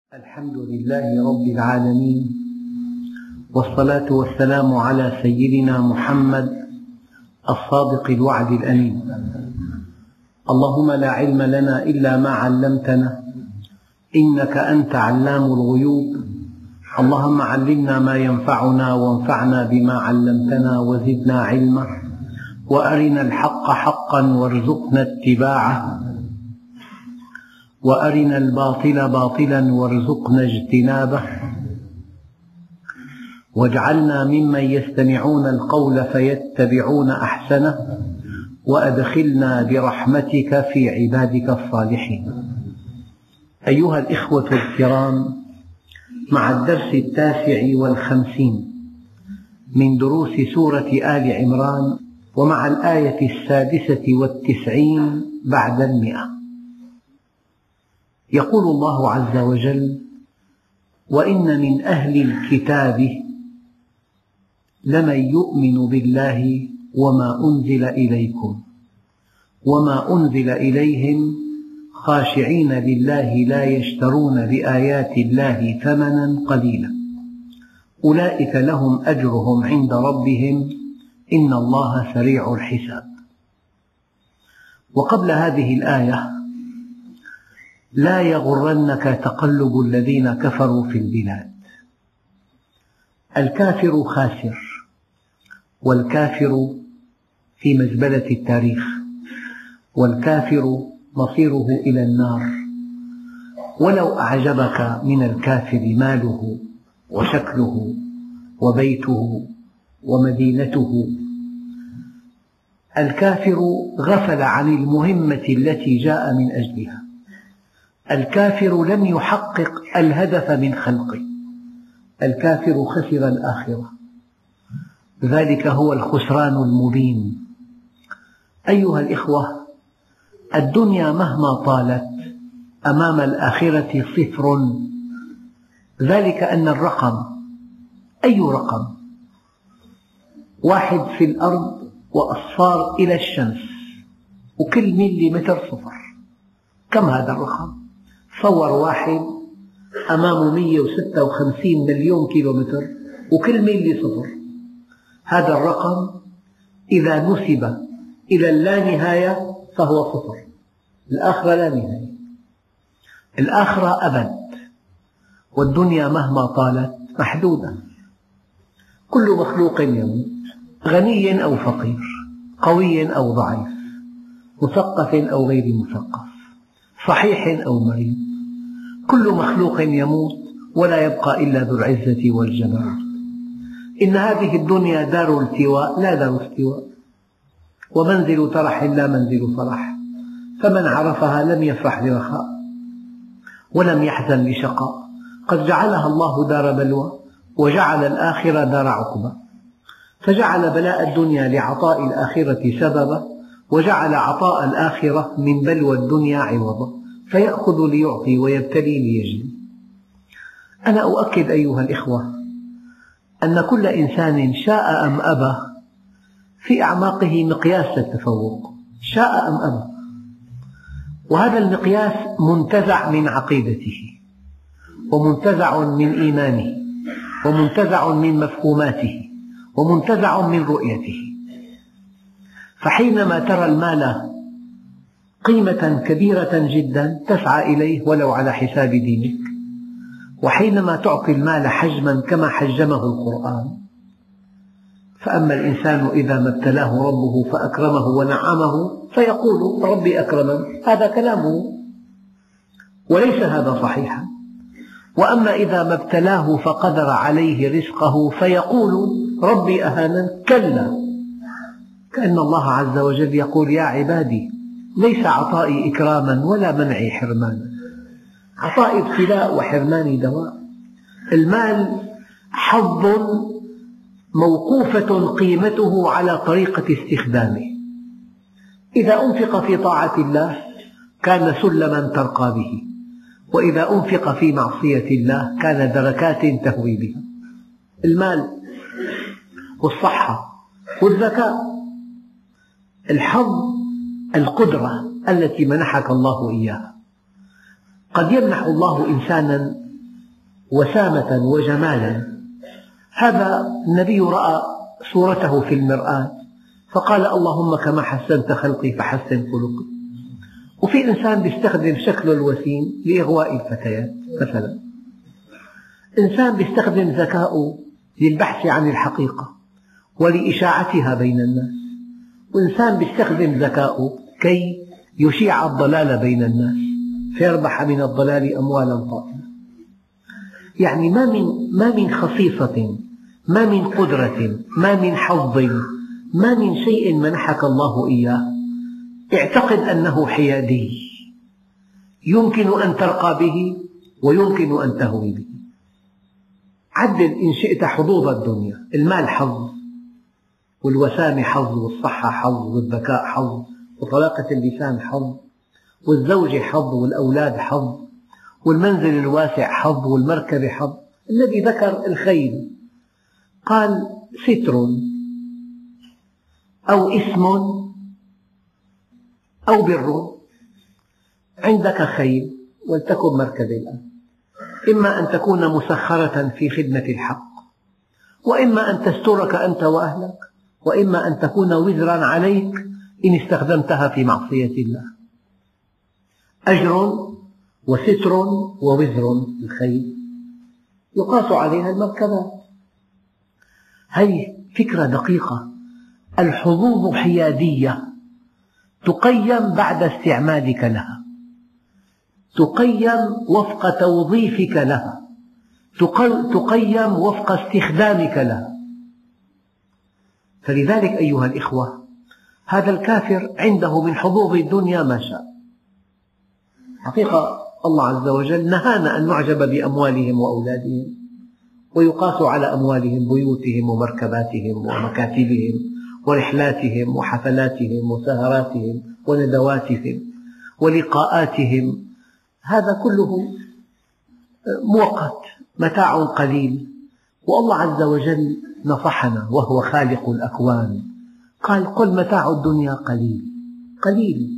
الحمد لله رب العالمين، والصلاة والسلام على سيدنا محمد الصادق الوعد الأمين. اللهم لا علم لنا إلا ما علمتنا، إنك أنت علام الغيوب. اللهم علمنا ما ينفعنا وانفعنا بما علمتنا وزدنا علما، وأرنا الحق حقا وارزقنا اتباعه، وأرنا الباطل باطلا وارزقنا اجتنابه، واجعلنا ممن يستمعون القول فيتبعون أحسنه، وأدخلنا برحمتك في عبادك الصالحين. أيها الإخوة الكرام، مع الدرس 59 من دروس سورة آل عمران، ومع الآية 96 بعد 100، يقول الله عز وجل: وإن من أهل الكتاب لمن يؤمن بالله وما أنزل إليكم وما أنزل إليهم خاشعين لله لا يشترون بآيات الله ثمنا قليلا أولئك لهم أجرهم عند ربهم إن الله سريع الحساب. وقبل هذه الآية: لا يغرنك تقلب الذين كفروا في البلاد. الكافر خاسر، والكافر في مزبلة التاريخ، والكافر مصيره إلى النار. ولو أعجبك من الكافر ماله وشكله وبيته ومدينته، الكافر غفل عن المهمة التي جاء من أجلها. الكافر لم يحقق الهدف من خلقه. الكافر خسر الآخرة، ذلك هو الخسران المبين. أيها الإخوة، الدنيا مهما طالت أمام الآخرة صفر، ذلك أن الرقم، أي رقم؟ 1 في الأرض وأصفار إلى الشمس، وكل مليمتر صفر. كم هذا الرقم؟ تصور واحد أمامه 156 مليون كيلومتر وكل ميل صفر. هذا الرقم إذا نسب إلى اللانهاية فهو صفر. الآخرة لا نهاية، الآخرة أبد، والدنيا مهما طالت محدودة. كل مخلوق يموت، غني أو فقير، قوي أو ضعيف، مثقف أو غير مثقف، صحيح أو مريض، كل مخلوق يموت، ولا يبقى إلا ذو العزة والجبروت. إن هذه الدنيا دار التواء لا دار استواء، ومنزل ترح لا منزل فرح، فمن عرفها لم يفرح لرخاء ولم يحزن لشقاء. قد جعلها الله دار بلوى، وجعل الآخرة دار عقبى، فجعل بلاء الدنيا لعطاء الآخرة سببا، وجعل عطاء الآخرة من بلوى الدنيا عوضا، فيأخذ ليعطي ويبتلي ليجزي. أنا أؤكد أيها الإخوة أن كل إنسان شاء أم أبى في أعماقه مقياس للتفوق، شاء أم أبى، وهذا المقياس منتزع من عقيدته، ومنتزع من إيمانه، ومنتزع من مفهوماته، ومنتزع من رؤيته. فحينما ترى المال قيمة كبيرة جدا تسعى إليه ولو على حساب دينك، وحينما تعطي المال حجما كما حجمه القرآن. فأما الإنسان إذا ما ابتلاه ربه فأكرمه ونعمه فيقول ربي أكرمن، هذا كلامه وليس هذا صحيحا. وأما إذا ما ابتلاه فقدر عليه رزقه فيقول ربي أهانن، كلا، كأن الله عز وجل يقول: يا عبادي، ليس عطائي إكراما ولا منعي حرمانا، عطائي ابتلاء وحرماني دواء. المال حظ موقوفة قيمته على طريقة استخدامه. إذا أنفق في طاعة الله كان سلما ترقى به، وإذا أنفق في معصية الله كان دركات تهوي بها. المال والصحة والذكاء، الحظ، القدرة التي منحك الله إياها. قد يمنح الله إنسانا وسامة وجمالا. هذا النبي رأى صورته في المرآة فقال اللهم كما حسنت خلقي فحسن خلقي. وفي إنسان يستخدم شكله الوسيم لإغواء الفتيات مثلا، إنسان يستخدم ذكاؤه للبحث عن الحقيقة ولإشاعتها بين الناس، وإنسان يستخدم ذكاؤه كي يشيع الضلال بين الناس فيربح من الضلال أموالا طائلة. يعني ما من خصيصة، ما من قدرة، ما من حظ، ما من شيء منحك الله إياه اعتقد أنه حيادي، يمكن أن ترقى به ويمكن أن تهوي به. عدل إن شئت حظوظ الدنيا، المال حظ، والوسامة حظ، والصحة حظ، والذكاء حظ، وطلاقة اللسان حظ، والزوجة حظ، والأولاد حظ، والمنزل الواسع حظ، والمركبة حظ. الذي ذكر الخيل قال ستر أو اسم أو بر. عندك خيل ولتكن مركبة الآن، إما أن تكون مسخرة في خدمة الحق، وإما أن تسترك أنت وأهلك، وإما أن تكون وزرا عليك إن استخدمتها في معصية الله. أجر وستر ووزر الخيل يقاس عليها المركبات. هذه فكرة دقيقة. الحظوظ حيادية تقيم بعد استعمالك لها، تقيم وفق توظيفك لها، تقيم وفق استخدامك لها. فلذلك أيها الإخوة، هذا الكافر عنده من حظوظ الدنيا ما شاء. حقيقة الله عز وجل نهانا أن نعجب بأموالهم وأولادهم، ويقاس على أموالهم بيوتهم ومركباتهم ومكاتبهم ورحلاتهم وحفلاتهم وسهراتهم وندواتهم ولقاءاتهم. هذا كله مؤقت، متاع قليل. والله عز وجل نصحنا وهو خالق الأكوان، قال قل متاع الدنيا قليل قليل.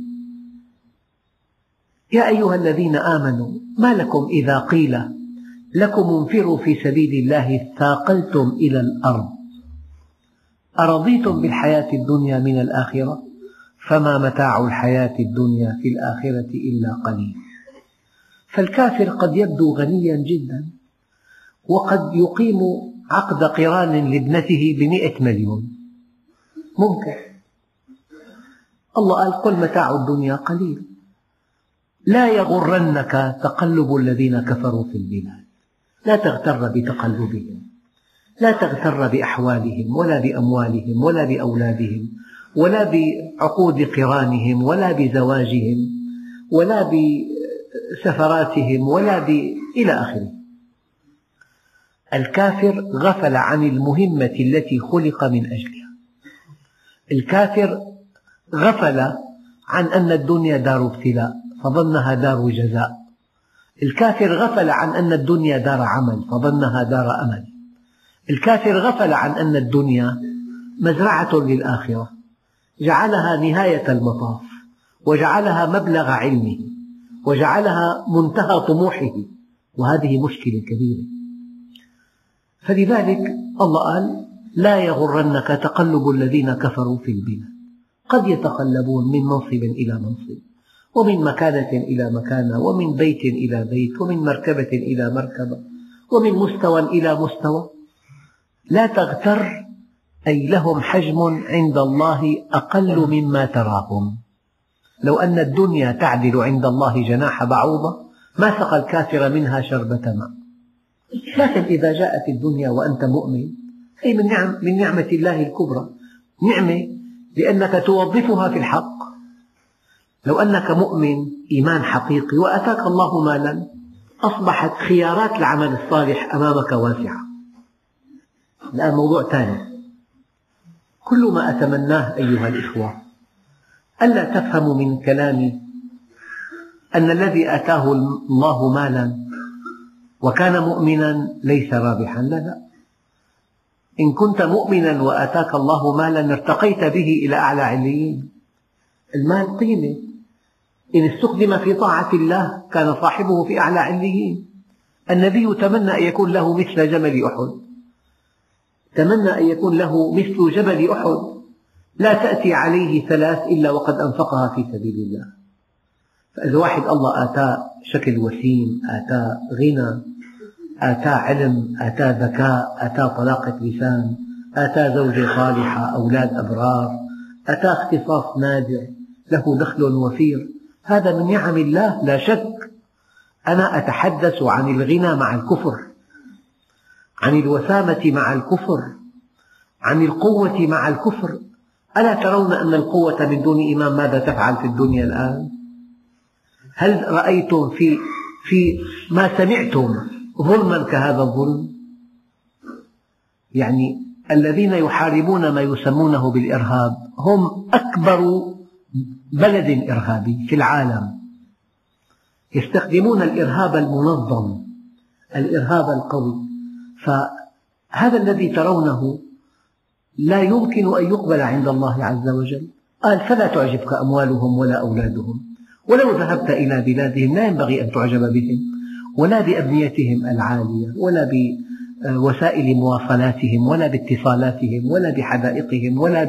يا أيها الذين آمنوا ما لكم إذا قيل لكم انفروا في سبيل الله اثاقلتم إلى الأرض أرضيتم بالحياة الدنيا من الآخرة فما متاع الحياة الدنيا في الآخرة إلا قليل. فالكافر قد يبدو غنيا جدا، وقد يقيم عقد قران لابنته ب100 مليون، ممكن. الله قال قل متاع الدنيا قليل. لا يغرنك تقلب الذين كفروا في البلاد، لا تغتر بتقلبهم، لا تغتر بأحوالهم ولا بأموالهم ولا بأولادهم ولا بعقود قرانهم ولا بزواجهم ولا بسفراتهم ولا إلى آخره. الكافر غفل عن المهمة التي خلق من أجلها. الكافر غفل عن أن الدنيا دار ابتلاء فظنها دار جزاء. الكافر غفل عن أن الدنيا دار عمل فظنها دار أمل. الكافر غفل عن أن الدنيا مزرعة للآخرة، جعلها نهاية المطاف، وجعلها مبلغ علمه، وجعلها منتهى طموحه، وهذه مشكلة كبيرة. فلذلك الله قال لا يغرنك تقلب الذين كفروا في البلاد. قد يتقلبون من منصب إلى منصب، ومن مكانة إلى مكانة، ومن بيت إلى بيت، ومن مركبة إلى مركبة، ومن مستوى إلى مستوى. لا تغتر، أي لهم حجم عند الله أقل مما تراهم. لو أن الدنيا تعدل عند الله جناح بعوضة ما سقى الكافر منها شربة ماء. لكن إذا جاءت الدنيا وأنت مؤمن هي من نعمة الله الكبرى، نعمة لأنك توظفها في الحق. لو أنك مؤمن إيمان حقيقي وأتاك الله مالا أصبحت خيارات العمل الصالح أمامك واسعة. الآن موضوع ثاني. كل ما أتمناه أيها الإخوة ألا تفهموا من كلامي أن الذي آتاه الله مالا وكان مؤمنا ليس رابحا. لا، إن كنت مؤمنا وآتاك الله مالا ارتقيت به إلى أعلى عليين. المال قيمة، إن استخدم في طاعة الله كان صاحبه في أعلى عليين. النبي تمنى أن يكون له مثل جبل أحد، تمنى أن يكون له مثل جبل أحد لا تأتي عليه 3 إلا وقد أنفقها في سبيل الله. فإذا واحد الله آتاه شكل وسيم، آتاه غنى، آتاه علم، آتاه ذكاء، آتاه طلاقة لسان، آتاه زوجة صالحة، أولاد أبرار، آتاه اختصاص نادر، له دخل وفير، هذا من نعم الله لا شك. أنا أتحدث عن الغنى مع الكفر، عن الوسامة مع الكفر، عن القوة مع الكفر. ألا ترون أن القوة من دون إيمان ماذا تفعل في الدنيا الآن؟ هل رأيتم في ما سمعتم ظلما كهذا الظلم؟ يعني الذين يحاربون ما يسمونه بالإرهاب هم أكبر بلد إرهابي في العالم، يستخدمون الإرهاب المنظم، الإرهاب القوي. فهذا الذي ترونه لا يمكن أن يقبل عند الله عز وجل. قال فلا تعجبك أموالهم ولا أولادهم، ولو ذهبت إلى بلادهم لا ينبغي أن تعجب بهم ولا بأبنيتهم العالية ولا بوسائل مواصلاتهم ولا باتصالاتهم ولا بحدائقهم ولا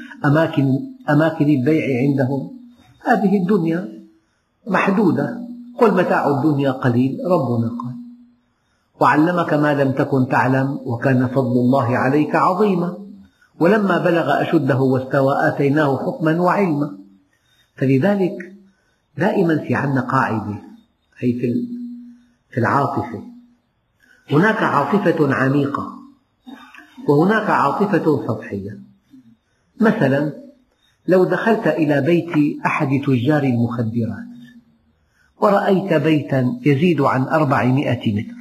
بأماكن البيع عندهم. هذه الدنيا محدودة، قل متاع الدنيا قليل، ربنا قال وعلمك ما لم تكن تعلم وكان فضل الله عليك عظيما، ولما بلغ أشده واستوى آتيناه حكما وعلما. فلذلك دائما في عندنا قاعدة هي في العاطفة، هناك عاطفة عميقة وهناك عاطفة سطحية. مثلا لو دخلت إلى بيت أحد تجار المخدرات ورأيت بيتا يزيد عن 400 متر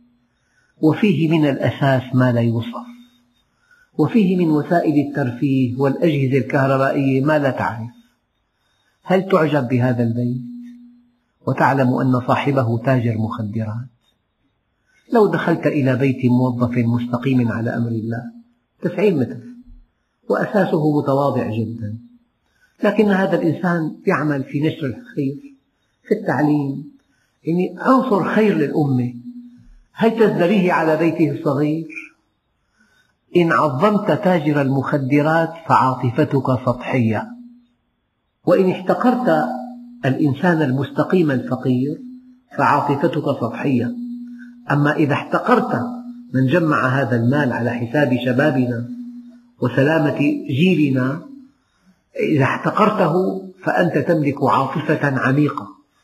وفيه من الأثاث ما لا يوصف، وفيه من وسائل الترفيه والأجهزة الكهربائية ما لا تعرف، هل تعجب بهذا البيت وتعلم أن صاحبه تاجر مخدرات؟ لو دخلت إلى بيت موظف مستقيم على أمر الله 90 متر وأساسه متواضع جدا، لكن هذا الإنسان يعمل في نشر الخير، في التعليم، يعني عنصر خير للأمة، هل تزدريه على بيته الصغير؟ إن عظمت تاجر المخدرات فعاطفتك سطحية، وإن احتقرت الإنسان المستقيم الفقير فعاطفتك سطحية. أما إذا احتقرت من جمع هذا المال على حساب شبابنا وسلامة جيلنا، إذا احتقرته فأنت تملك عاطفة عميقة.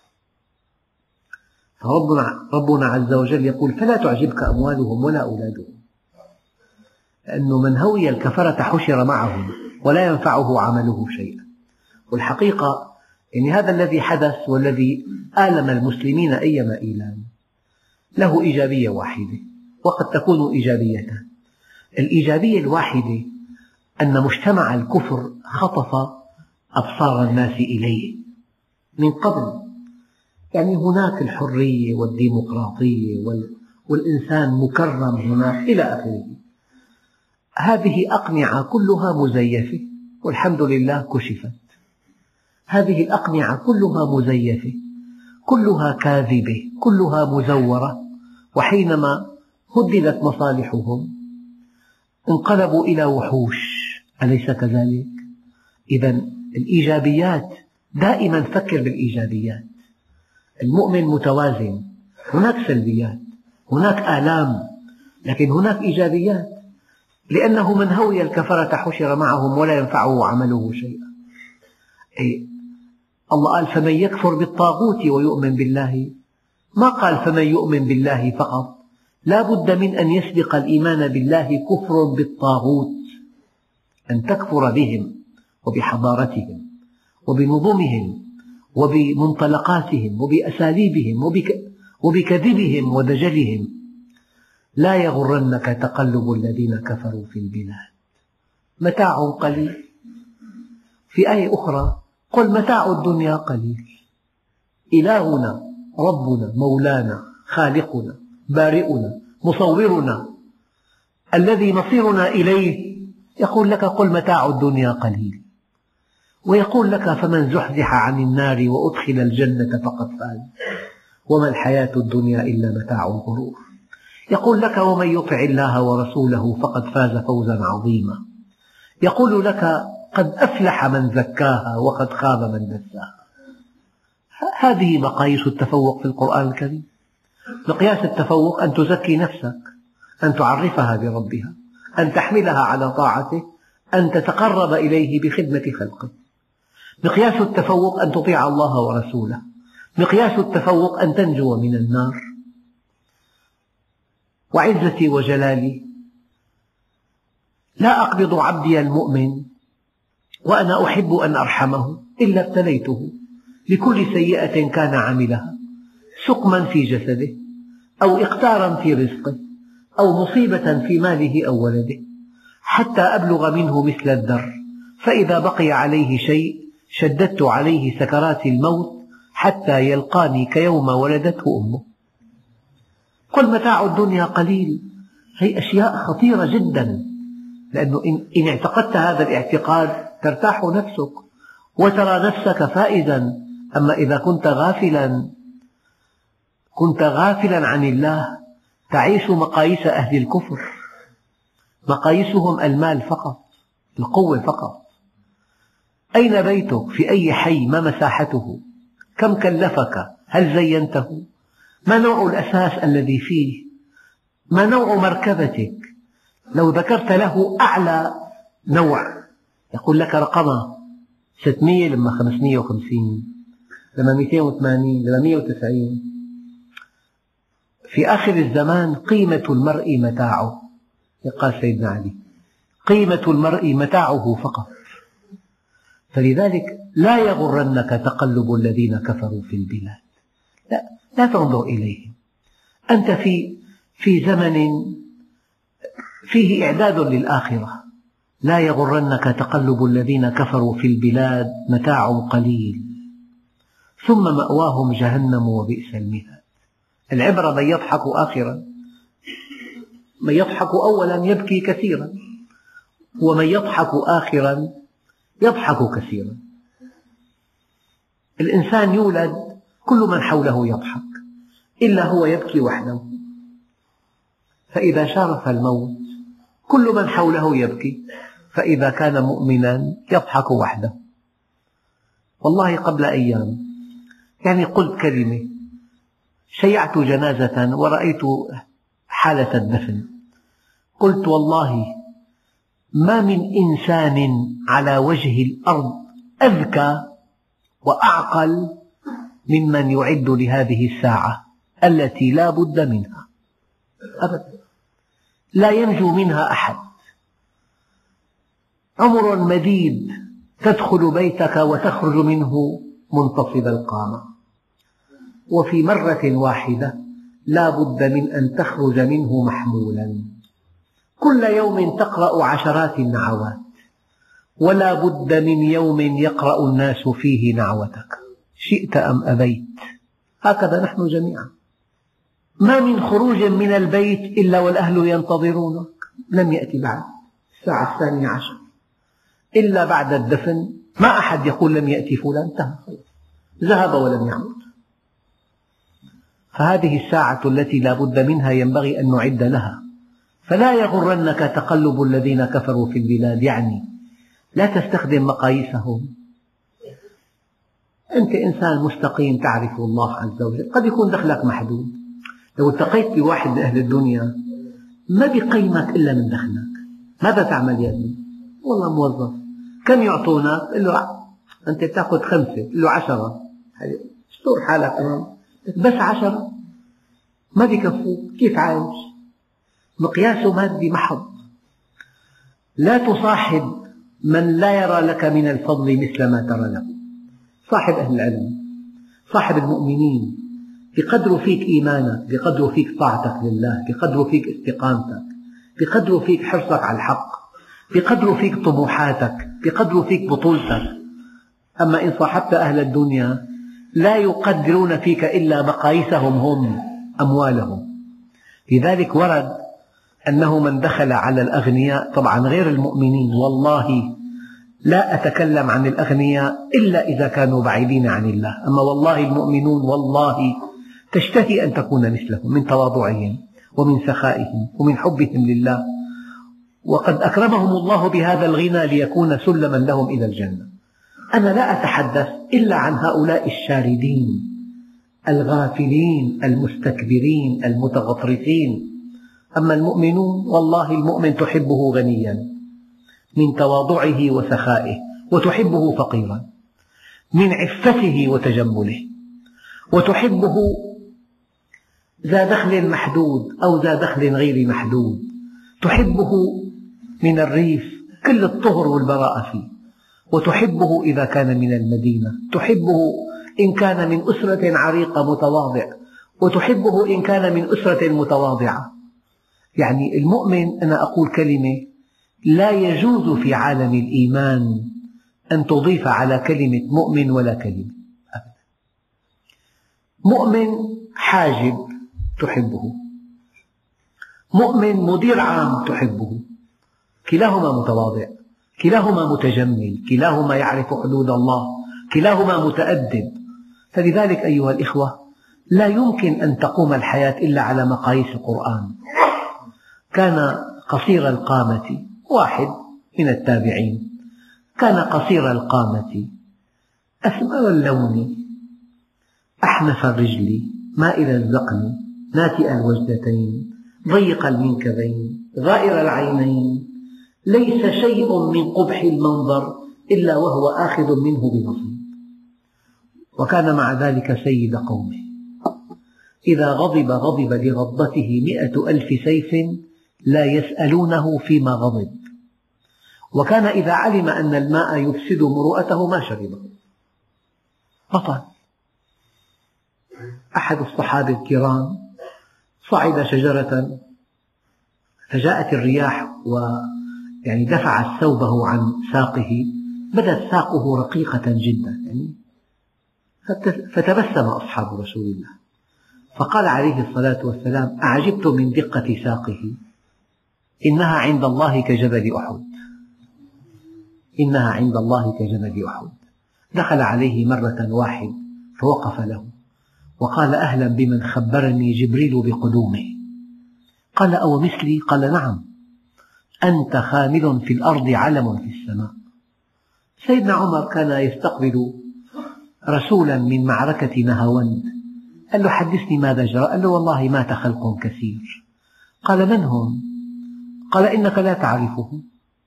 فربنا عز وجل يقول فلا تعجبك أموالهم ولا أولادهم، لأنه من هوي الكفرة حشر معهم ولا ينفعه عمله شيئا. والحقيقة يعني هذا الذي حدث والذي آلم المسلمين أيما إيلام له إيجابية واحدة وقد تكون إيجابيتان. الإيجابية الواحدة أن مجتمع الكفر خطف أبصار الناس إليه من قبل، يعني هناك الحرية والديمقراطية والإنسان مكرم هناك إلى آخره. هذه أقنعة كلها مزيفة والحمد لله كشفت. هذه الأقنعة كلها مزيفة، كلها كاذبة، كلها مزورة، وحينما هددت مصالحهم انقلبوا إلى وحوش، أليس كذلك؟ إذا الإيجابيات دائما فكر بالإيجابيات. المؤمن متوازن، هناك سلبيات، هناك آلام، لكن هناك إيجابيات، لأنه من هوي الكفرة حشر معهم ولا ينفعه عمله شيئا. الله قال فمن يكفر بالطاغوت ويؤمن بالله، ما قال فمن يؤمن بالله فقط، لا بد من أن يسبق الإيمان بالله كفر بالطاغوت، أن تكفر بهم وبحضارتهم وبنظمهم وبمنطلقاتهم وبأساليبهم وبكذبهم ودجلهم. لا يغرنك تقلب الذين كفروا في البلاد، متاع قليل. في آية أخرى قل متاع الدنيا قليل. إلهنا ربنا مولانا خالقنا بارئنا مصورنا الذي مصيرنا إليه يقول لك قل متاع الدنيا قليل، ويقول لك فمن زحزح عن النار وأدخل الجنة فقد فاز، وما الحياة الدنيا إلا متاع الغرور. يقول لك ومن يطع الله ورسوله فقد فاز فوزا عظيما. يقول لك قد أفلح من زكاها وقد خاب من دساها. هذه مقاييس التفوق في القرآن الكريم. مقياس التفوق أن تزكي نفسك، أن تعرفها بربها، أن تحملها على طاعته، أن تتقرب إليه بخدمة خلقه. مقياس التفوق أن تطيع الله ورسوله. مقياس التفوق أن تنجو من النار. وعزتي وجلالي لا أقبض عبدي المؤمن وأنا أحب أن أرحمه إلا ابتليته بكل سيئة كان عملها، سقما في جسده أو إقتارا في رزقه أو مصيبة في ماله أو ولده، حتى أبلغ منه مثل الذر، فإذا بقي عليه شيء شددت عليه سكرات الموت حتى يلقاني كيوم ولدته أمه. قل متاع الدنيا قليل، هي أشياء خطيرة جدا، لأنه إن اعتقدت هذا الاعتقاد ترتاح نفسك وترى نفسك فائزا. أما إذا كنت غافلا عن الله تعيش مقاييس أهل الكفر، مقاييسهم المال فقط، القوة فقط. أين بيتك؟ في أي حي؟ ما مساحته؟ كم كلفك؟ هل زينته؟ ما نوع الأساس الذي فيه؟ ما نوع مركبتك؟ لو ذكرت له أعلى نوع يقول لك رقمها 600 لما 550 لما 280 لما 190. في آخر الزمان قيمة المرء متاعه، قال سيدنا علي قيمة المرء متاعه فقط. فلذلك لا يغرنك تقلب الذين كفروا في البلاد، لا تنظر إليهم. أنت في زمن فيه إعداد للآخرة. لا يغرنك تقلب الذين كفروا في البلاد، متاع قليل ثم مأواهم جهنم وبئس المهاد. العبرة من يضحك آخرا، من يضحك أولا يبكي كثيرا، ومن يضحك آخرا يضحك كثيرا. الإنسان يولد كل من حوله يضحك إلا هو يبكي وحده، فإذا شارف الموت كل من حوله يبكي، فإذا كان مؤمنا يضحك وحده. والله قبل أيام قلت كلمة، شيعت جنازة ورأيت حالة الدفن، قلت والله ما من إنسان على وجه الأرض أذكى وأعقل ممن يعد لهذه الساعة التي لا بد منها أبدا، لا ينجو منها أحد. عمر مديد تدخل بيتك وتخرج منه منتصب القامة، وفي مرة واحدة لا بد من أن تخرج منه محمولا. كل يوم تقرأ عشرات النعوات، ولا بد من يوم يقرأ الناس فيه نعوتك شئت أم أبيت. هكذا نحن جميعا، ما من خروج من البيت إلا والأهل ينتظرونك، لم يأتي بعد الساعة 12 إلا بعد الدفن، ما أحد يقول لم يأتي فلان، انتهى ذهب ولم يعود. فهذه الساعة التي لا بد منها ينبغي أن نعد لها. فلا يغرنك تقلب الذين كفروا في البلاد، يعني لا تستخدم مقاييسهم. أنت إنسان مستقيم تعرف الله عز وجل، قد يكون دخلك محدود. لو التقيت بواحد من أهل الدنيا ما بيقيمك إلا من دخلك، ماذا تعمل يا ابني؟ والله موظف. كم يعطونا؟ قل له أنت تأخذ 5، قل له 10. استور حالك بس 10 ما بيكفوك، كيف عايش؟ مقياس مادي محض. لا تصاحب من لا يرى لك من الفضل مثل ما ترى له. صاحب أهل العلم، صاحب المؤمنين، بقدر فيك إيمانك، بقدر فيك طاعتك لله، بقدر فيك استقامتك، بقدر فيك حرصك على الحق، بقدر فيك طموحاتك، بقدر فيك بطولتك. أما إن صاحبت أهل الدنيا لا يقدرون فيك إلا مقاييسهم هم، أموالهم. لذلك ورد أنه من دخل على الأغنياء، طبعا غير المؤمنين، والله لا أتكلم عن الأغنياء إلا إذا كانوا بعيدين عن الله، أما والله المؤمنون والله تشتهي أن تكون مثلهم من تواضعهم ومن سخائهم ومن حبهم لله، وقد أكرمهم الله بهذا الغنى ليكون سلما لهم إلى الجنة. أنا لا أتحدث إلا عن هؤلاء الشاردين الغافلين المستكبرين المتغطرسين. أما المؤمنون، والله المؤمن تحبه غنيا من تواضعه وسخائه، وتحبه فقيرا من عفته وتجمله، وتحبه ذا دخل محدود أو ذا دخل غير محدود، تحبه من الريف كل الطهر والبراءة فيه، وتحبه إذا كان من المدينة، تحبه إن كان من أسرة عريقة متواضع، وتحبه إن كان من أسرة متواضعة. يعني المؤمن، أنا أقول كلمة لا يجوز في عالم الإيمان أن تضيف على كلمة مؤمن ولا كلمة أبدا. مؤمن حاجب تحبه، مؤمن مدير عام تحبه، كلاهما متواضع، كلاهما متجمل، كلاهما يعرف حدود الله، كلاهما متأدب. فلذلك أيها الإخوة، لا يمكن أن تقوم الحياة إلا على مقاييس القرآن. كان قصير القامة، واحد من التابعين، كان قصير القامة أسمر اللون أحنف الرجل مائل الذقن ناتئ الوجدتين ضيق المنكبين غائر العينين، ليس شيء من قبح المنظر إلا وهو آخذ منه بنصيب. وكان مع ذلك سيد قومه، إذا غضب لغضبته 100,000 سيف لا يسألونه فيما غضب. وكان إذا علم أن الماء يفسد مروءته ما شربه، بطل. أحد الصحابة الكرام صعد شجرة فجاءت الرياح دفعت ثوبه عن ساقه، بدت ساقه رقيقة جدا، فتبسم أصحاب رسول الله، فقال عليه الصلاة والسلام: أعجبت من دقة ساقه، إنها عند الله كجبل أحد، إنها عند الله كجبل أحد. دخل عليه مرة واحد فوقف له وقال: أهلا بمن خبرني جبريل بقدومه. قال: أو مثلي؟ قال: نعم، أنت خامل في الأرض علم في السماء. سيدنا عمر كان يستقبل رسولا من معركة نهاوند، قال له: حدثني ماذا جرى؟ قال له: والله مات خلق كثير. قال: من هم؟ قال: إنك لا تعرفهم،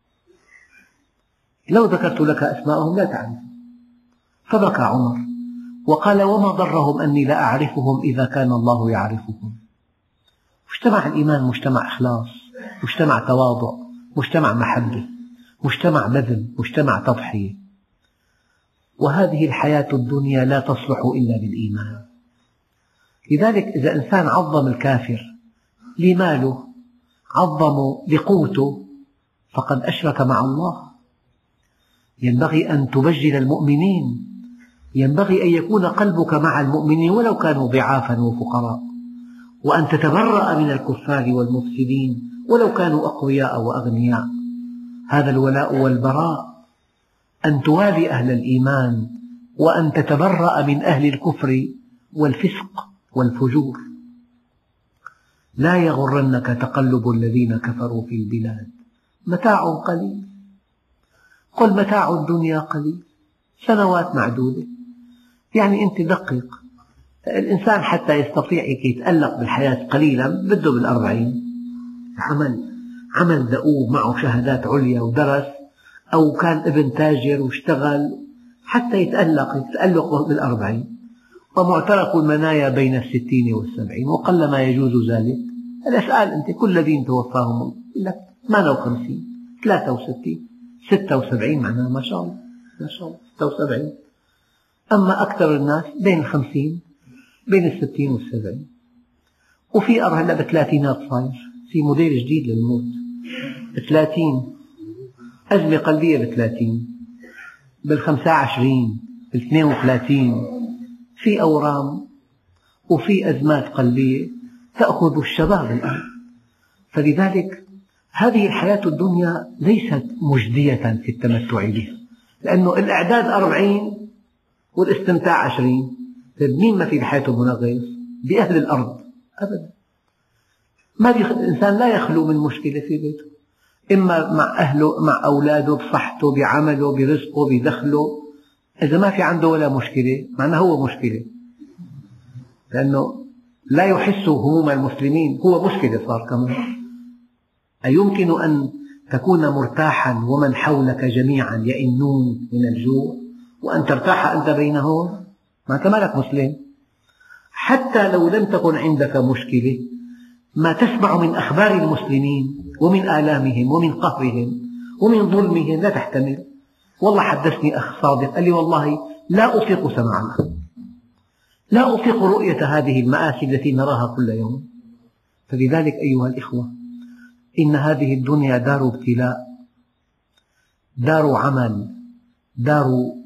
لو ذكرت لك أسماءهم لا تعرفهم. فبكى عمر وقال: وما ضرهم أني لا أعرفهم إذا كان الله يعرفهم. مجتمع الإيمان مجتمع إخلاص، مجتمع تواضع، مجتمع محبة، مجتمع بذل، مجتمع تضحية. وهذه الحياة الدنيا لا تصلح إلا بالإيمان. لذلك إذا إنسان عظم الكافر لماله، عظمه لقوته، فقد أشرك مع الله. ينبغي أن تبجل المؤمنين، ينبغي أن يكون قلبك مع المؤمنين ولو كانوا ضعافا وفقراء، وأن تتبرأ من الكفار والمفسدين ولو كانوا أقوياء وأغنياء. هذا الولاء والبراء، أن توالي أهل الإيمان وأن تتبرأ من أهل الكفر والفسق والفجور. لا يغرنك تقلب الذين كفروا في البلاد، متاع قليل. قل متاع الدنيا قليل، سنوات معدودة. يعني أنت دقق، الإنسان حتى يستطيع يتألق بالحياة قليلا بده بال40 عمل دؤوب، معه شهادات عليا ودرس، أو كان ابن تاجر واشتغل حتى يتألق بال40. ومعترك المنايا بين 60 و70، وقل ما يجوز ذلك. الأسئلة أنت كل الذين توفاهم يقول لك 58 63 76، معناها ما شاء الله ما شاء الله 76. أما أكثر الناس بين 50 بين 60 و70. وفي هلا بالثلاثينات صاير في موديل جديد للموت، 30 أزمة قلبية، 30 بال25 بال32 في أورام وفي أزمات قلبية تأخذ الشباب الآن. فلذلك هذه الحياة الدنيا ليست مجدية في التمتع بها، لأنه الإعداد 40 والاستمتاع 20. طيب مين ما في بحياته منغص؟ بأهل الأرض أبدا. الإنسان لا يخلو من مشكلة في بيته، إما مع أهله، مع أولاده، بصحته، بعمله، برزقه، بدخله. إذا ما في عنده ولا مشكلة معناه هو مشكلة، لأنه لا يحس هموم المسلمين، هو مشكلة صار كمان. أيمكن أن تكون مرتاحا ومن حولك جميعا يئنون من الجوع وأن ترتاح أنت بينهم؟ ما أنت مالك مسلم. حتى لو لم تكن عندك مشكلة، ما تسمع من أخبار المسلمين ومن آلامهم ومن قهرهم ومن ظلمهم لا تحتمل. والله حدثني أخ صادق قال لي والله لا أطيق سماعها، لا أطيق رؤية هذه المآسي التي نراها كل يوم. فلذلك أيها الإخوة، إن هذه الدنيا دار ابتلاء، دار عمل، دار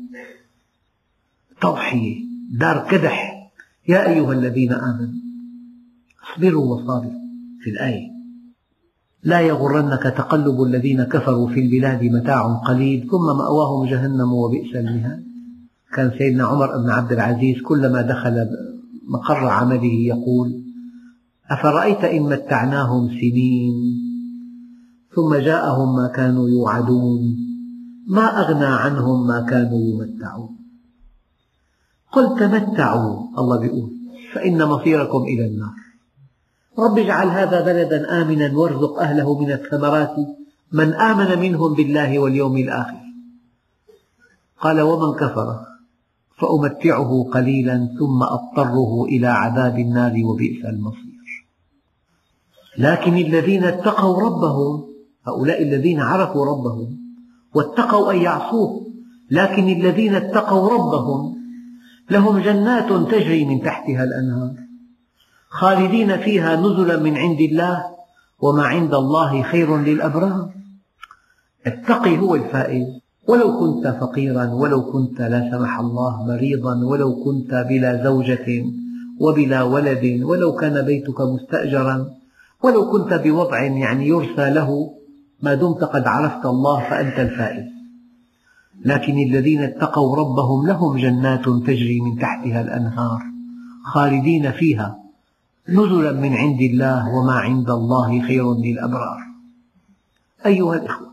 تضحية، دار كدح. يا أيها الذين آمنوا اصبروا وصابروا في الآية. لا يغرنك تقلب الذين كفروا في البلاد، متاع قليل ثم مأواهم جهنم وبئس المهاد. كان سيدنا عمر بن عبد العزيز كلما دخل مقر عمله يقول: أفرأيت إن متعناهم سنين ثم جاءهم ما كانوا يوعدون ما أغنى عنهم ما كانوا يمتعون. قل تمتعوا، الله بيقول، فإن مصيركم إلى النار. رب اجعل هذا بلدا آمنا وارزق أهله من الثمرات من آمن منهم بالله واليوم الآخر. قال: ومن كفر فأمتعه قليلا ثم أضطره إلى عذاب النار وبئس المصير. لكن الذين اتقوا ربهم، هؤلاء الذين عرفوا ربهم واتقوا أن يعصوه، لكن الذين اتقوا ربهم لهم جنات تجري من تحتها الأنهار خالدين فيها نزلا من عند الله وما عند الله خير للأبرار. التقي هو الفائز، ولو كنت فقيرا، ولو كنت لا سمح الله مريضا، ولو كنت بلا زوجة وبلا ولد، ولو كان بيتك مستأجرا، ولو كنت بوضع يرثى له، ما دمت قد عرفت الله فأنت الفائز. لكن الذين اتقوا ربهم لهم جنات تجري من تحتها الأنهار خالدين فيها نزلا من عند الله وما عند الله خير للأبرار. أيها الإخوة،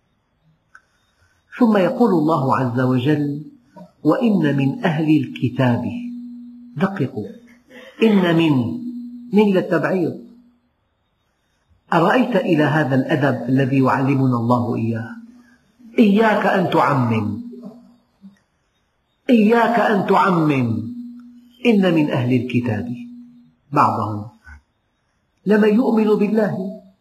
ثم يقول الله عز وجل: وإن من أهل الكتاب، دققوا، إن من للتبعيض. أرأيت إلى هذا الأدب الذي يعلمنا الله إياه؟ إياك أن تعمم، إياك أن تعمم. إن من أهل الكتاب بعضهم لمن يؤمن بالله.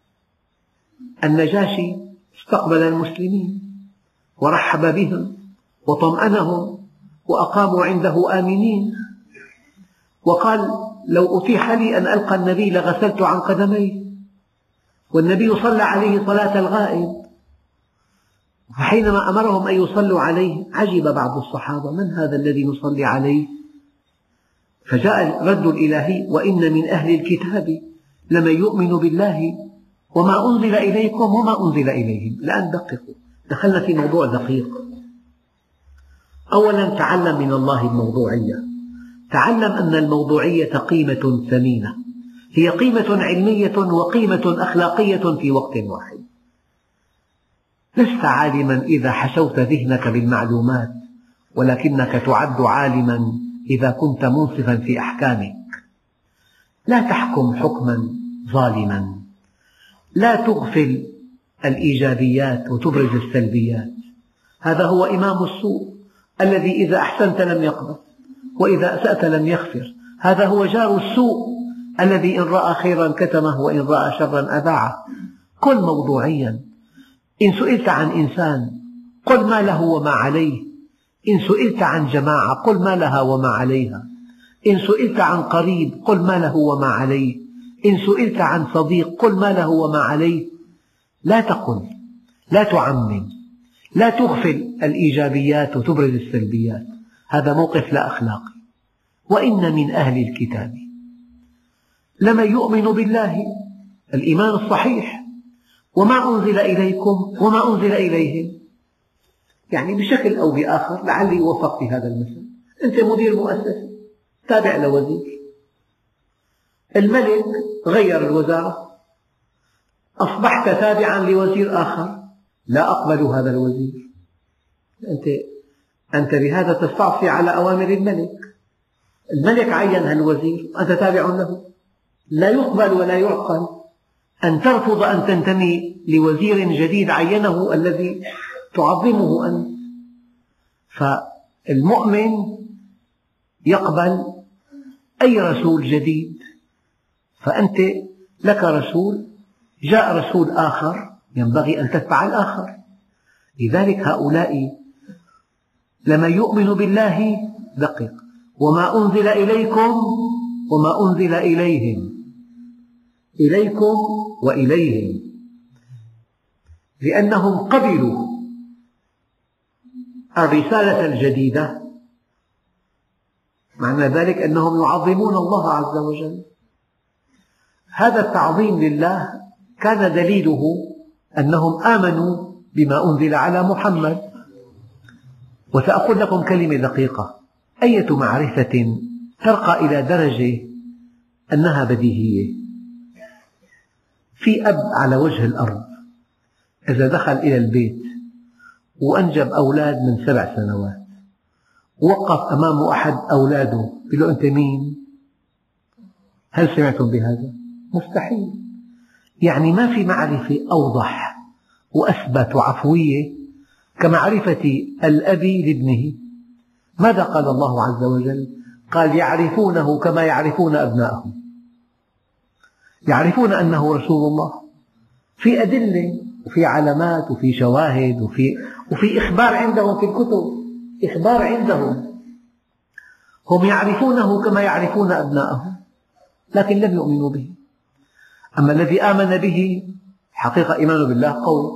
النجاشي استقبل المسلمين ورحب بهم وطمأنهم وأقاموا عنده آمنين، وقال: لو أتيح لي أن ألقى النبي لغسلت عن قدميه، والنبي صلى عليه صلاة الغائب. فحينما أمرهم أن يصلوا عليه عجب بعض الصحابة: من هذا الذي نصلي عليه؟ فجاء الرد الإلهي: وإن من أهل الكتاب لمن يؤمن بالله وما أنزل إليكم وما أنزل إليهم. الآن دققوا، دخلنا في موضوع دقيق. أولا تعلم من الله الموضوعية، تعلم أن الموضوعية قيمة ثمينة، هي قيمة علمية وقيمة أخلاقية في وقت واحد. لست عالما إذا حشوت ذهنك بالمعلومات، ولكنك تعد عالما إذا كنت منصفا في أحكامك. لا تحكم حكما ظالما، لا تغفل الإيجابيات وتبرز السلبيات. هذا هو إمام السوء الذي إذا أحسنت لم يقبل وإذا أسأت لم يغفر. هذا هو جار السوء الذي إن رأى خيرا كتمه وإن رأى شرا أذاعه. كن موضوعيا. إن سئلت عن إنسان قل ما له وما عليه، إن سئلت عن جماعة قل ما لها وما عليها، إن سئلت عن قريب قل ما له وما عليه، إن سئلت عن صديق قل ما له وما عليه. لا تقل، لا تعمم، لا تغفل الإيجابيات وتبرز السلبيات. هذا موقف لا أخلاقي. وإن من أهل الكتاب لمن يؤمن بالله، الإيمان الصحيح، وما أنزل إليكم وما أنزل إليهم. يعني بشكل أو بآخر لعلي أوفق في هذا المثل. أنت مدير مؤسسة، تابع لوزير، الملك غير الوزارة، أصبحت تابعا لوزير آخر، لا أقبل هذا الوزير. أنت بهذا تستعصي على أوامر الملك. الملك عين هالوزير وأنت تابع له، لا يقبل ولا يعقل أن ترفض أن تنتمي لوزير جديد عينه الذي تعظمه أنت. فالمؤمن يقبل أي رسول جديد، فأنت لك رسول، جاء رسول آخر ينبغي أن تتبع الآخر. لذلك هؤلاء لمن يؤمن بالله دقق وما أنزل إليكم وما أنزل إليهم، إليكم وإليهم، لأنهم قبلوا الرسالة الجديدة، معنى ذلك أنهم يعظمون الله عز وجل. هذا التعظيم لله كان دليله أنهم آمنوا بما أنزل على محمد. وسأقول لكم كلمة دقيقة: أية معرفة ترقى إلى درجة أنها بديهية. في أب على وجه الأرض إذا دخل إلى البيت وأنجب أولاد من 7 سنوات، ووقف أمامه أحد أولاده يقول له: أنت مين؟ هل سمعتم بهذا؟ مستحيل. يعني ما في معرفة أوضح وأثبت وعفوية كمعرفة الأب لابنه. ماذا قال الله عز وجل؟ قال: يعرفونه كما يعرفون أبناءهم. يعرفون أنه رسول الله، في أدلة وفي علامات وفي شواهد وفي إخبار عندهم في الكتب، إخبار عندهم. هم يعرفونه كما يعرفون أبناءهم، لكن لم يؤمنوا به. أما الذي آمن به حقيقة إيمانه بالله قوي،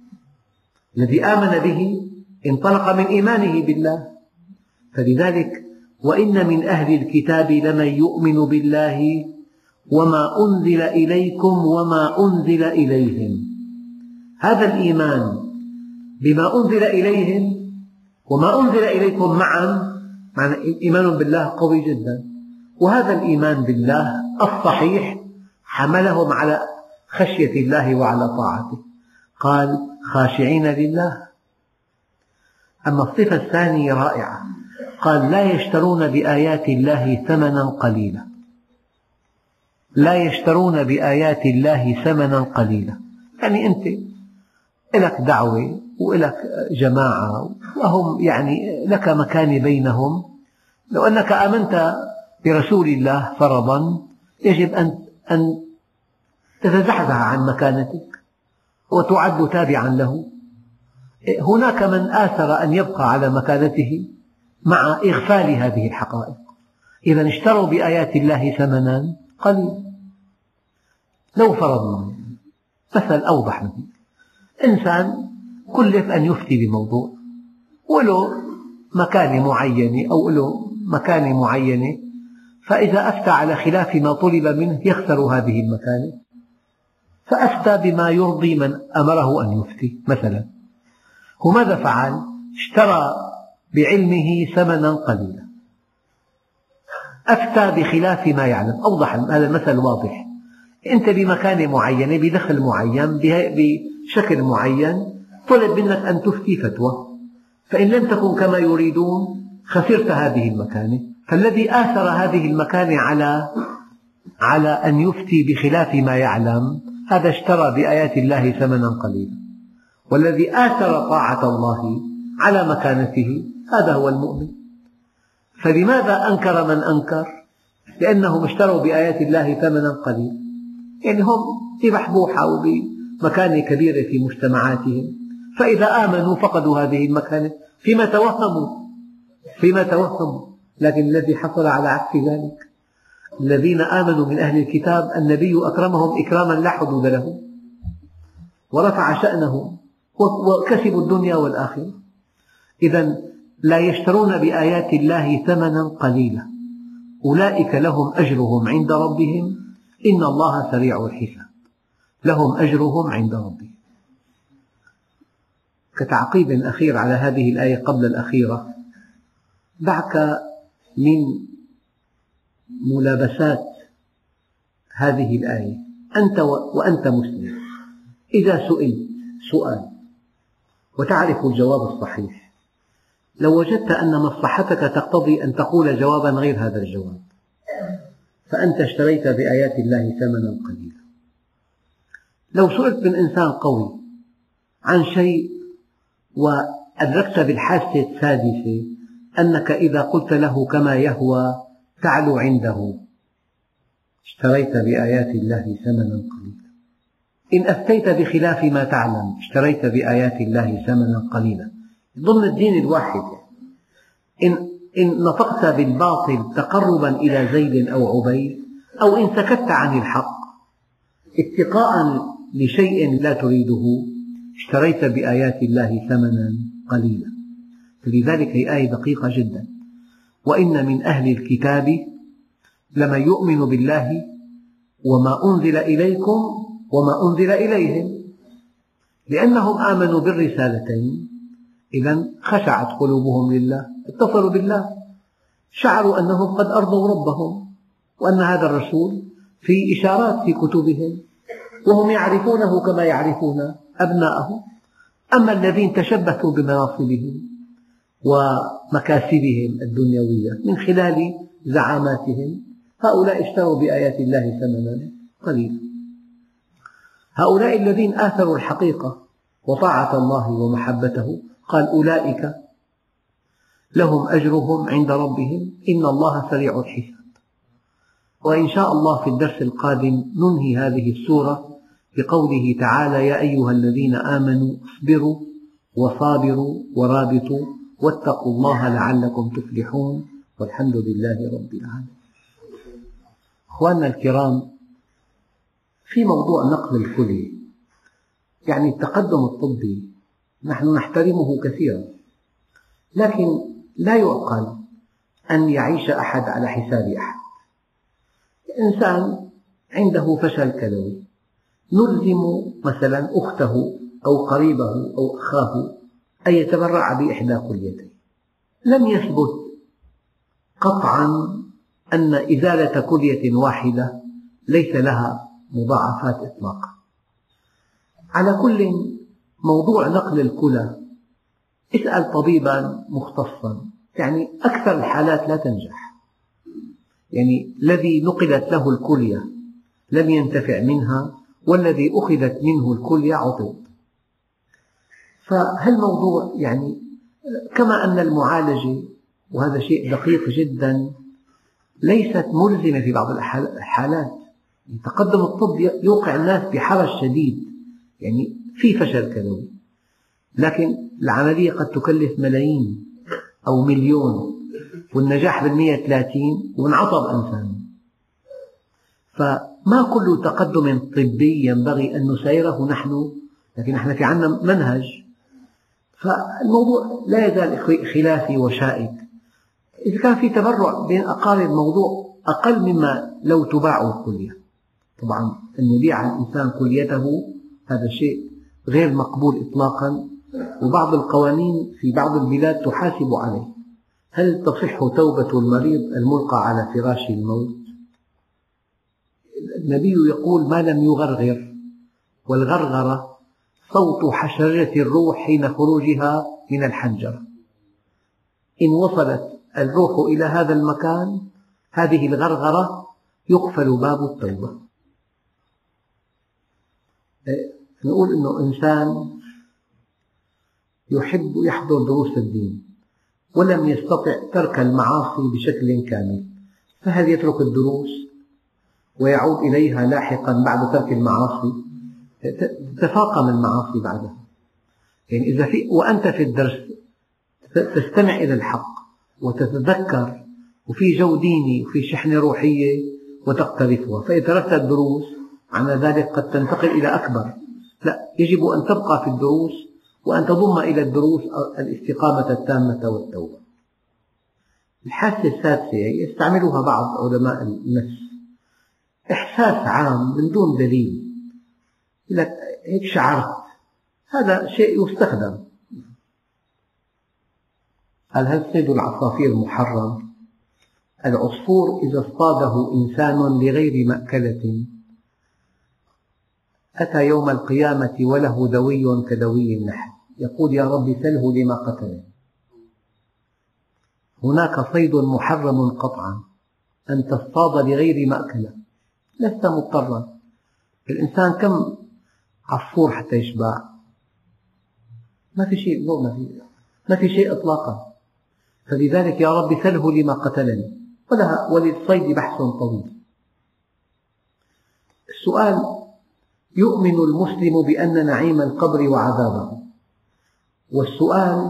الذي آمن به انطلق من إيمانه بالله. فلذلك وإن من أهل الكتاب لمن يؤمن بالله وما أنزل إليكم وما أنزل إليهم. هذا الإيمان بما أنزل إليهم وما أنزل إليكم معا معنى إيمان بالله قوي جدا. وهذا الإيمان بالله الصحيح حملهم على خشية الله وعلى طاعته. قال: خاشعين لله. أما الصفة الثانية رائعة، قال: لا يشترون بآيات الله ثمنا قليلا. لا يشترون بآيات الله ثمنا قليلا. يعني أنت لك دعوة ولك جماعة وهم يعني لك مكانة بينهم. لو أنك آمنت برسول الله فرضا يجب أن تتزحزح عن مكانتك وتعد تابعا له. هناك من آثر أن يبقى على مكانته مع إغفال هذه الحقائق. إذا اشتروا بآيات الله ثمنا قليلا. لو فرضنا مثل أوضح منه، إنسان كلف أن يفتي بموضوع وله مكانة معينة أو له مكانة معينة، فإذا أفتى على خلاف ما طلب منه يخسر هذه المكانة، فأفتى بما يرضي من أمره أن يفتي. مثلا هو ماذا فعل؟ اشترى بعلمه ثمنا قليلا، أفتى بخلاف ما يعلم. أوضح هذا المثل واضح. أنت بمكانة معينة بدخل معين بشكل معين، طلب منك أن تفتي فتوى، فإن لم تكن كما يريدون خسرت هذه المكانة. فالذي آثر هذه المكانة على أن يفتي بخلاف ما يعلم هذا اشترى بآيات الله ثمنا قليلا. والذي آثر طاعة الله على مكانته هذا هو المؤمن. فلماذا أنكر من أنكر؟ لأنهم اشتروا بآيات الله ثمنا قليلا. يعني هم بمحبوحة وبمكانة كبيرة في مجتمعاتهم، فإذا آمنوا فقدوا هذه المكانة فيما توهموا. لكن الذي حصل على عكس ذلك، الذين آمنوا من أهل الكتاب النبي أكرمهم إكراما لا حدود له ورفع شأنهم وكسبوا الدنيا والآخرة. إذا لا يشترون بآيات الله ثمنا قليلا، أولئك لهم أجرهم عند ربهم إن الله سريع الحساب. لهم أجرهم عند ربهم. كتعقيب أخير على هذه الآية قبل الأخيرة، دعك من ملابسات هذه الآية أنت وأنت مسلم إذا سئلت سؤال وتعرف الجواب الصحيح، لو وجدت أن مصلحتك تقتضي أن تقول جوابا غير هذا الجواب، فأنت اشتريت بآيات الله ثمنا قليلا. لو سئلت من إنسان قوي عن شيء وأدركت بالحاسة السادسة أنك إذا قلت له كما يهوى تعلو عنده، اشتريت بآيات الله ثمنا قليلا. إن أفتيت بخلاف ما تعلم اشتريت بآيات الله ثمنا قليلا. ضمن الدين الواحد إن نطقت بالباطل تقربا إلى زيد أو عبيد، أو إن سكت عن الحق اتقاء لشيء لا تريده، اشتريت بآيات الله ثمنا قليلا. فلذلك هي آية دقيقة جدا. وإن من أهل الكتاب لمن يؤمن بالله وما أنزل إليكم وما أنزل إليهم، لأنهم آمنوا بالرسالتين إذا خشعت قلوبهم لله، اتصلوا بالله، شعروا أنهم قد أرضوا ربهم، وأن هذا الرسول في إشارات في كتبهم وهم يعرفونه كما يعرفون أبناءهم. أما الذين تشبثوا بمناصبهم ومكاسبهم الدنيوية من خلال زعاماتهم، هؤلاء اشتروا بآيات الله ثمنا قليلا. هؤلاء الذين آثروا الحقيقة وطاعة الله ومحبته قال أولئك لهم أجرهم عند ربهم إن الله سريع الحساب. وإن شاء الله في الدرس القادم ننهي هذه السورة بقوله تعالى: يا أيها الذين آمنوا اصبروا وصابروا ورابطوا واتقوا الله لعلكم تفلحون، والحمد لله رب العالمين. أخواننا الكرام، في موضوع نقل الكلى، يعني التقدم الطبي نحن نحترمه كثيرا، لكن لا يعقل أن يعيش أحد على حساب أحد. إنسان عنده فشل كلوي، نلزم مثلا أخته أو قريبه أو أخاه أن يتبرع بإحدى كليتين. لم يثبت قطعا أن إزالة كلية واحدة ليس لها مضاعفات إطلاقا. على كل، موضوع نقل الكلى اسأل طبيبا مختصا، يعني أكثر الحالات لا تنجح، يعني الذي نقلت له الكلية لم ينتفع منها، والذي أخذت منه الكلية عطل. فهالموضوع يعني كما أن المعالجة، وهذا شيء دقيق جدا، ليست ملزمة في بعض الحالات. تقدم الطب يوقع الناس بحرج شديد، يعني في فشل كلوي، لكن العملية قد تكلف ملايين أو مليون، والنجاح بال130 وانعطب إنسان. فما كل تقدم طبي ينبغي أن نسيره نحن، لكن نحن في عندنا منهج. فالموضوع لا يزال خلافي وشائك. إذا كان في تبرع بين أقارب، موضوع أقل مما لو تباع الكلية. طبعا أن يبيع الإنسان كليته هذا شيء غير مقبول إطلاقا، وبعض القوانين في بعض البلاد تحاسب عليه. هل تصح توبة المريض الملقى على فراش الموت؟ النبي يقول: ما لم يغرغر، والغرغرة صوت حشرجة الروح حين خروجها من الحنجرة. إن وصلت الروح إلى هذا المكان، هذه الغرغرة يقفل باب التوبة. نقول إنه إنسان يحب يحضر دروس الدين ولم يستطع ترك المعاصي بشكل كامل، فهل يترك الدروس ويعود إليها لاحقا بعد ترك المعاصي؟ تتفاقم المعاصي بعدها. يعني إذا وأنت في الدرس تستمع إلى الحق وتتذكر، وفي جو ديني وفي شحنة روحية وتقترفها، فإذا تركت الدروس معنى ذلك قد تنتقل إلى أكبر. لا، يجب أن تبقى في الدروس وأن تضم إلى الدروس الاستقامة التامة والتوبة. الحاسة السادسة يستعملها بعض علماء النفس، إحساس عام من دون دليل، لك هيك شعرت، هذا شيء يستخدم. هل صيد العصافير محرم؟ العصفور إذا اصطاده إنسان لغير مأكلة أتى يوم القيامة وله دوي كدوي النحل، يقول يا رب سله لما قتلني. هناك صيد محرم قطعا، أن تصطاد لغير مأكلة، لست مضطرا. الإنسان كم عصفور حتى يشبع؟ ما في شيء، ما في شيء إطلاقا. فلذلك يا رب سله لما قتلني. وللصيد بحث طويل. السؤال: يؤمن المسلم بأن نعيم القبر وعذابه، والسؤال: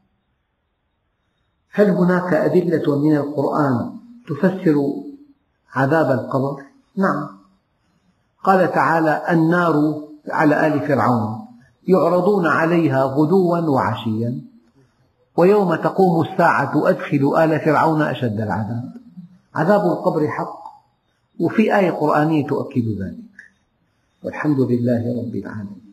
هل هناك أدلة من القرآن تفسر عذاب القبر؟ نعم، قال تعالى: النار على آل فرعون يعرضون عليها غدوا وعشيا ويوم تقوم الساعة أدخلوا آل فرعون أشد العذاب. عذاب القبر حق، وفي آية قرآنية تؤكد ذلك. والحمد لله رب العالمين.